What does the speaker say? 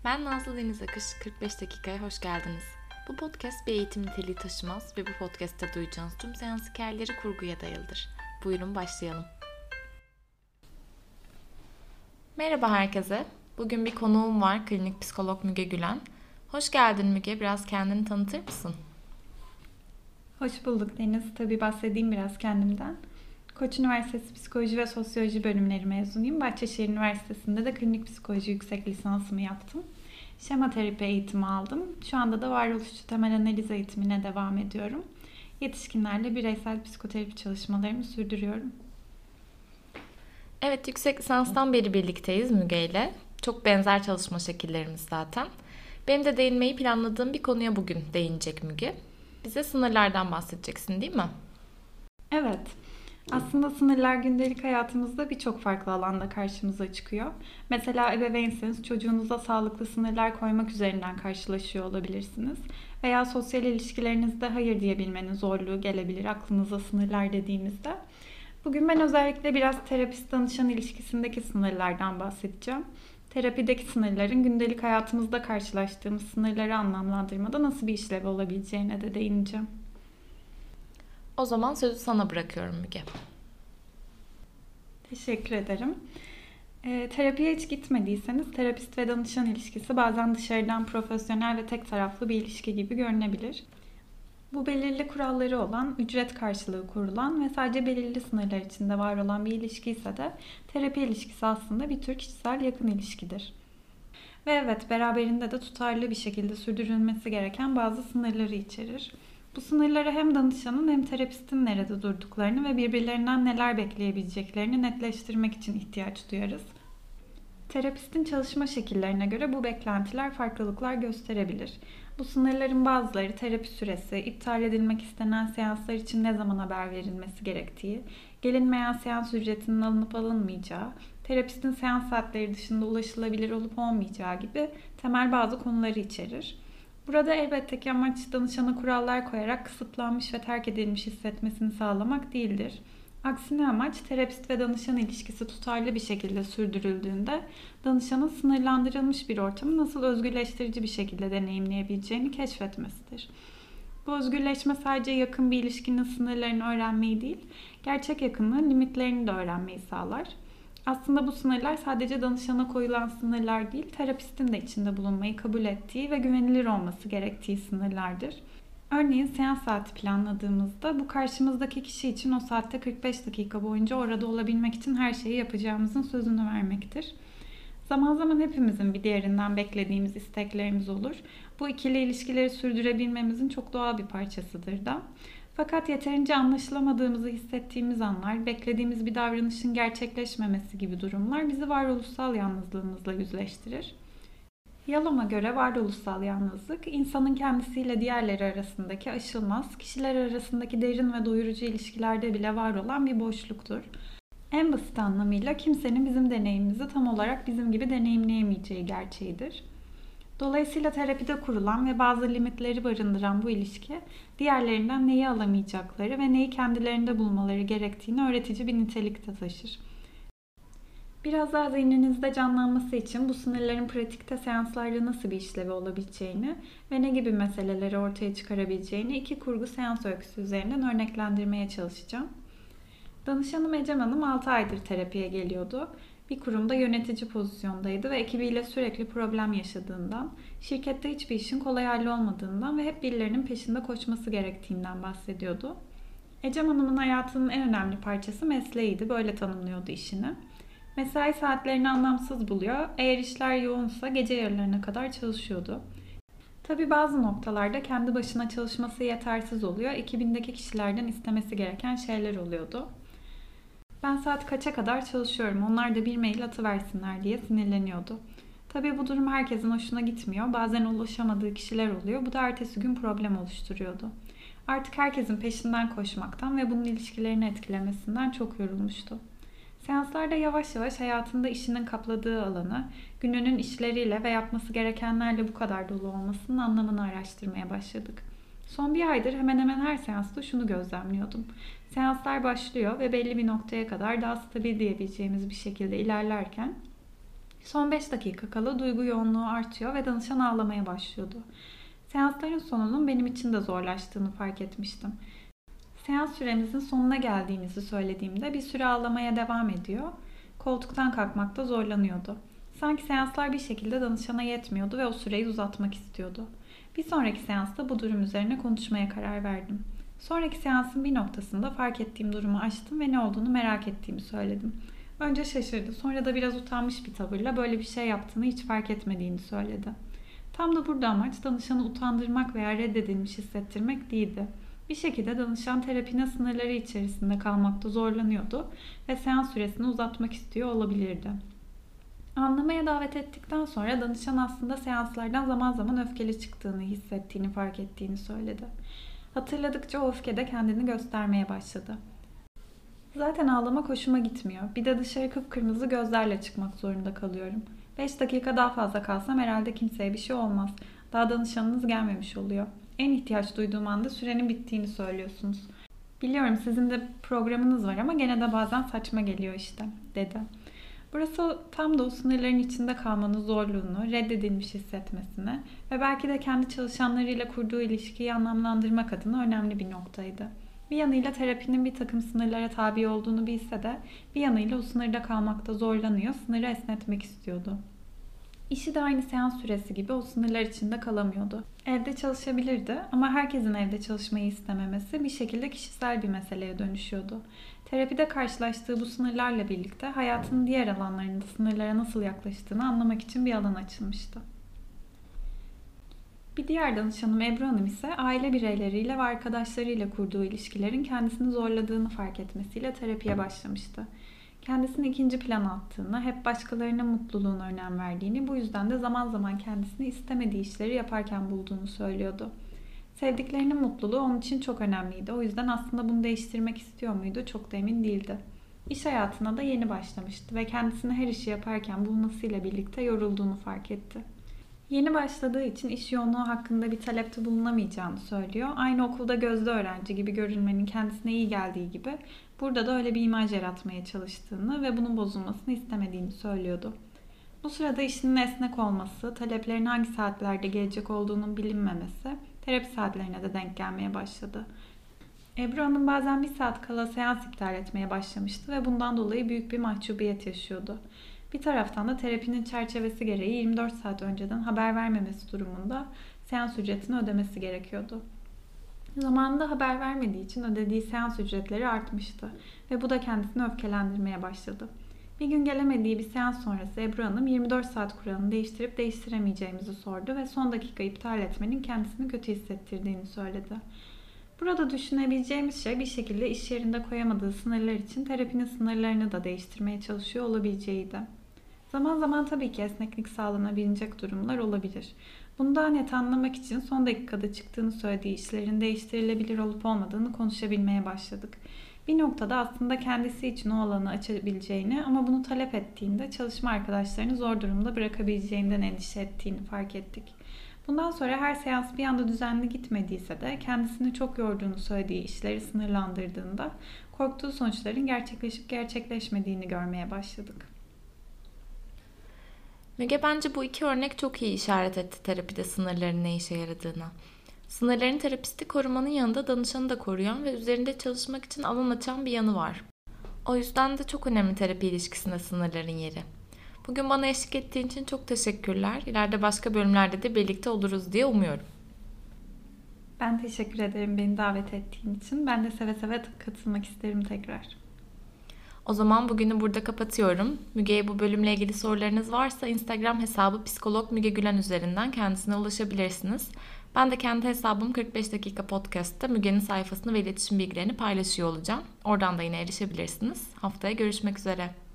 Ben Nazlı Deniz Akış, 45 dakikaya hoş geldiniz. Bu podcast bir eğitim niteliği taşımaz ve bu podcast'te duyacağınız tüm seans hikayeleri kurguya dayalıdır. Buyurun başlayalım. Merhaba herkese. Bugün bir konuğum var, klinik psikolog Müge Gülen. Hoş geldin Müge, biraz kendini tanıtır mısın? Hoş bulduk Deniz. Tabii bahsedeyim biraz kendimden. Koç Üniversitesi Psikoloji ve Sosyoloji bölümleri mezunuyum. Bahçeşehir Üniversitesi'nde de klinik psikoloji yüksek lisansımı yaptım. Şema terapi eğitimi aldım. Şu anda da varoluşçu temel analiz eğitimine devam ediyorum. Yetişkinlerle bireysel psikoterapi çalışmalarımı sürdürüyorum. Evet, yüksek lisanstan beri birlikteyiz Müge ile. Çok benzer çalışma şekillerimiz zaten. Benim de değinmeyi planladığım bir konuya bugün değinecek Müge. Bize sınırlardan bahsedeceksin değil mi? Evet. Aslında sınırlar gündelik hayatımızda birçok farklı alanda karşımıza çıkıyor. Mesela ebeveynseniz çocuğunuza sağlıklı sınırlar koymak üzerinden karşılaşıyor olabilirsiniz. Veya sosyal ilişkilerinizde hayır diyebilmenin zorluğu gelebilir aklınıza sınırlar dediğimizde. Bugün ben özellikle biraz terapist-danışan ilişkisindeki sınırlardan bahsedeceğim. Terapideki sınırların gündelik hayatımızda karşılaştığımız sınırları anlamlandırmada nasıl bir işlevi olabileceğine de değineceğim. O zaman sözü sana bırakıyorum Müge. Teşekkür ederim. Terapiye hiç gitmediyseniz terapist ve danışan ilişkisi bazen dışarıdan profesyonel ve tek taraflı bir ilişki gibi görünebilir. Bu belirli kuralları olan, ücret karşılığı kurulan ve sadece belirli sınırlar içinde var olan bir ilişki ise de terapi ilişkisi aslında bir tür kişisel yakın ilişkidir. Ve evet, beraberinde de tutarlı bir şekilde sürdürülmesi gereken bazı sınırları içerir. Bu sınırları hem danışanın hem terapistin nerede durduklarını ve birbirlerinden neler bekleyebileceklerini netleştirmek için ihtiyaç duyarız. Terapistin çalışma şekillerine göre bu beklentiler farklılıklar gösterebilir. Bu sınırların bazıları terapi süresi, iptal edilmek istenen seanslar için ne zaman haber verilmesi gerektiği, gelinmeyen seans ücretinin alınıp alınmayacağı, terapistin seans saatleri dışında ulaşılabilir olup olmayacağı gibi temel bazı konuları içerir. Burada elbette ki amaç danışana kurallar koyarak kısıtlanmış ve terk edilmiş hissetmesini sağlamak değildir. Aksine amaç terapist ve danışan ilişkisi tutarlı bir şekilde sürdürüldüğünde danışanın sınırlandırılmış bir ortamı nasıl özgürleştirici bir şekilde deneyimleyebileceğini keşfetmesidir. Bu özgürleşme sadece yakın bir ilişkinin sınırlarını öğrenmeyi değil, gerçek yakınlığın limitlerini de öğrenmeyi sağlar. Aslında bu sınırlar sadece danışana koyulan sınırlar değil, terapistin de içinde bulunmayı kabul ettiği ve güvenilir olması gerektiği sınırlardır. Örneğin seans saati planladığımızda bu karşımızdaki kişi için o saatte 45 dakika boyunca orada olabilmek için her şeyi yapacağımızın sözünü vermektir. Zaman zaman hepimizin bir diğerinden beklediğimiz isteklerimiz olur. Bu ikili ilişkileri sürdürebilmemizin çok doğal bir parçasıdır da. Fakat yeterince anlaşılamadığımızı hissettiğimiz anlar, beklediğimiz bir davranışın gerçekleşmemesi gibi durumlar bizi varoluşsal yalnızlığımızla yüzleştirir. Yalom'a göre varoluşsal yalnızlık, insanın kendisiyle diğerleri arasındaki aşılmaz, kişiler arasındaki derin ve doyurucu ilişkilerde bile var olan bir boşluktur. En basit anlamıyla kimsenin bizim deneyimimizi tam olarak bizim gibi deneyimleyemeyeceği gerçeğidir. Dolayısıyla terapide kurulan ve bazı limitleri barındıran bu ilişki, diğerlerinden neyi alamayacakları ve neyi kendilerinde bulmaları gerektiğini öğretici bir nitelikte taşır. Biraz daha zihninizde canlanması için bu sınırların pratikte seanslarda nasıl bir işlevi olabileceğini ve ne gibi meseleleri ortaya çıkarabileceğini iki kurgu seans öyküsü üzerinden örneklendirmeye çalışacağım. Danışanım Ecem Hanım 6 aydır terapiye geliyordu. Bir kurumda yönetici pozisyondaydı ve ekibiyle sürekli problem yaşadığından, şirkette hiçbir işin kolay hallolmadığından ve hep birilerinin peşinde koşması gerektiğinden bahsediyordu. Ecem Hanım'ın hayatının en önemli parçası mesleğiydi, böyle tanımlıyordu işini. Mesai saatlerini anlamsız buluyor, eğer işler yoğunsa gece yarılarına kadar çalışıyordu. Tabii bazı noktalarda kendi başına çalışması yetersiz oluyor, ekibindeki kişilerden istemesi gereken şeyler oluyordu. Ben saat kaça kadar çalışıyorum, onlar da bir mail atıversinler diye sinirleniyordu. Tabii bu durum herkesin hoşuna gitmiyor, bazen ulaşamadığı kişiler oluyor, bu da ertesi gün problem oluşturuyordu. Artık herkesin peşinden koşmaktan ve bunun ilişkilerini etkilemesinden çok yorulmuştu. Seanslarda yavaş yavaş hayatında işinin kapladığı alanı, gününün işleriyle ve yapması gerekenlerle bu kadar dolu olmasının anlamını araştırmaya başladık. Son bir aydır hemen hemen her seansta şunu gözlemliyordum. Seanslar başlıyor ve belli bir noktaya kadar daha stabil diyebileceğimiz bir şekilde ilerlerken Son 5 dakika kala duygu yoğunluğu artıyor ve danışan ağlamaya başlıyordu. Seansların sonunun benim için de zorlaştığını fark etmiştim. Seans süremizin sonuna geldiğimizi söylediğimde bir süre ağlamaya devam ediyor. Koltuktan kalkmakta zorlanıyordu. Sanki seanslar bir şekilde danışana yetmiyordu ve o süreyi uzatmak istiyordu. Bir sonraki seansta bu durum üzerine konuşmaya karar verdim. Sonraki seansın bir noktasında fark ettiğim durumu açtım ve ne olduğunu merak ettiğimi söyledim. Önce şaşırdı, sonra da biraz utanmış bir tavırla böyle bir şey yaptığını hiç fark etmediğini söyledi. Tam da burada amaç danışanı utandırmak veya reddedilmiş hissettirmek değildi. Bir şekilde danışan terapinin sınırları içerisinde kalmakta zorlanıyordu ve seans süresini uzatmak istiyor olabilirdi. Anlamaya davet ettikten sonra danışan aslında seanslardan zaman zaman öfkeli çıktığını hissettiğini fark ettiğini söyledi. Hatırladıkça o öfke de kendini göstermeye başladı. Zaten ağlamak hoşuma gitmiyor. Bir de dışarı kıpkırmızı gözlerle çıkmak zorunda kalıyorum. 5 dakika daha fazla kalsam herhalde kimseye bir şey olmaz. Daha danışanınız gelmemiş oluyor. En ihtiyaç duyduğum anda sürenin bittiğini söylüyorsunuz. Biliyorum sizin de programınız var ama gene de bazen saçma geliyor işte, dedi. Burası tam da o sınırların içinde kalmanın zorluğunu, reddedilmiş hissetmesini ve belki de kendi çalışanlarıyla kurduğu ilişkiyi anlamlandırmak adına önemli bir noktaydı. Bir yanıyla terapinin bir takım sınırlara tabi olduğunu bilse de bir yanıyla o sınırda kalmakta zorlanıyor, sınırı esnetmek istiyordu. İşi de aynı seans süresi gibi o sınırlar içinde kalamıyordu. Evde çalışabilirdi ama herkesin evde çalışmayı istememesi bir şekilde kişisel bir meseleye dönüşüyordu. Terapide karşılaştığı bu sınırlarla birlikte hayatının diğer alanlarında sınırlara nasıl yaklaştığını anlamak için bir alan açılmıştı. Bir diğer danışanım Ebru Hanım ise aile bireyleriyle ve arkadaşlarıyla kurduğu ilişkilerin kendisini zorladığını fark etmesiyle terapiye başlamıştı. Kendisini ikinci plana attığını, hep başkalarının mutluluğuna önem verdiğini, bu yüzden de zaman zaman kendisini istemediği işleri yaparken bulduğunu söylüyordu. Sevdiklerinin mutluluğu onun için çok önemliydi. O yüzden aslında bunu değiştirmek istiyor muydu çok da emin değildi. İş hayatına da yeni başlamıştı ve kendisini her işi yaparken bulmasıyla birlikte yorulduğunu fark etti. Yeni başladığı için iş yoğunluğu hakkında bir talepte bulunamayacağını söylüyor. Aynı okulda gözde öğrenci gibi görülmenin kendisine iyi geldiği gibi burada da öyle bir imaj yaratmaya çalıştığını ve bunun bozulmasını istemediğini söylüyordu. Bu sırada işinin esnek olması, taleplerin hangi saatlerde gelecek olduğunun bilinmemesi terapi saatlerine de denk gelmeye başladı. Ebru Hanım bazen bir saat kala seans iptal etmeye başlamıştı ve bundan dolayı büyük bir mahcubiyet yaşıyordu. Bir taraftan da terapinin çerçevesi gereği 24 saat önceden haber vermemesi durumunda seans ücretini ödemesi gerekiyordu. Zamanında haber vermediği için ödediği seans ücretleri artmıştı ve bu da kendisini öfkelendirmeye başladı. Bir gün gelemediği bir seans sonrası Ebru Hanım 24 saat kuralını değiştirip değiştiremeyeceğimizi sordu ve son dakika iptal etmenin kendisini kötü hissettirdiğini söyledi. Burada düşünebileceğimiz şey bir şekilde iş yerinde koyamadığı sınırlar için terapinin sınırlarını da değiştirmeye çalışıyor olabileceğiydi. Zaman zaman tabii ki esneklik sağlanabilecek durumlar olabilir. Bunu daha net anlamak için son dakikada çıktığını söylediği işlerin değiştirilebilir olup olmadığını konuşabilmeye başladık. Bir noktada aslında kendisi için o alanı açabileceğini ama bunu talep ettiğinde çalışma arkadaşlarını zor durumda bırakabileceğinden endişe ettiğini fark ettik. Bundan sonra her seans bir anda düzenli gitmediyse de kendisini çok yorduğunu söylediği işleri sınırlandırdığında korktuğu sonuçların gerçekleşip gerçekleşmediğini görmeye başladık. Müge, bence bu iki örnek çok iyi işaret etti terapide sınırların ne işe yaradığını. Sınırların terapisti korumanın yanında danışanı da koruyan ve üzerinde çalışmak için alan açan bir yanı var. O yüzden de çok önemli terapi ilişkisinde sınırların yeri. Bugün bana eşlik ettiğin için çok teşekkürler. İleride başka bölümlerde de birlikte oluruz diye umuyorum. Ben teşekkür ederim beni davet ettiğin için. Ben de seve seve katılmak isterim tekrar. O zaman bugünü burada kapatıyorum. Müge'ye bu bölümle ilgili sorularınız varsa Instagram hesabı psikolog Müge Gülen üzerinden kendisine ulaşabilirsiniz. Ben de kendi hesabım 45 dakika podcast'ta Müge'nin sayfasını ve iletişim bilgilerini paylaşıyor olacağım. Oradan da yine erişebilirsiniz. Haftaya görüşmek üzere.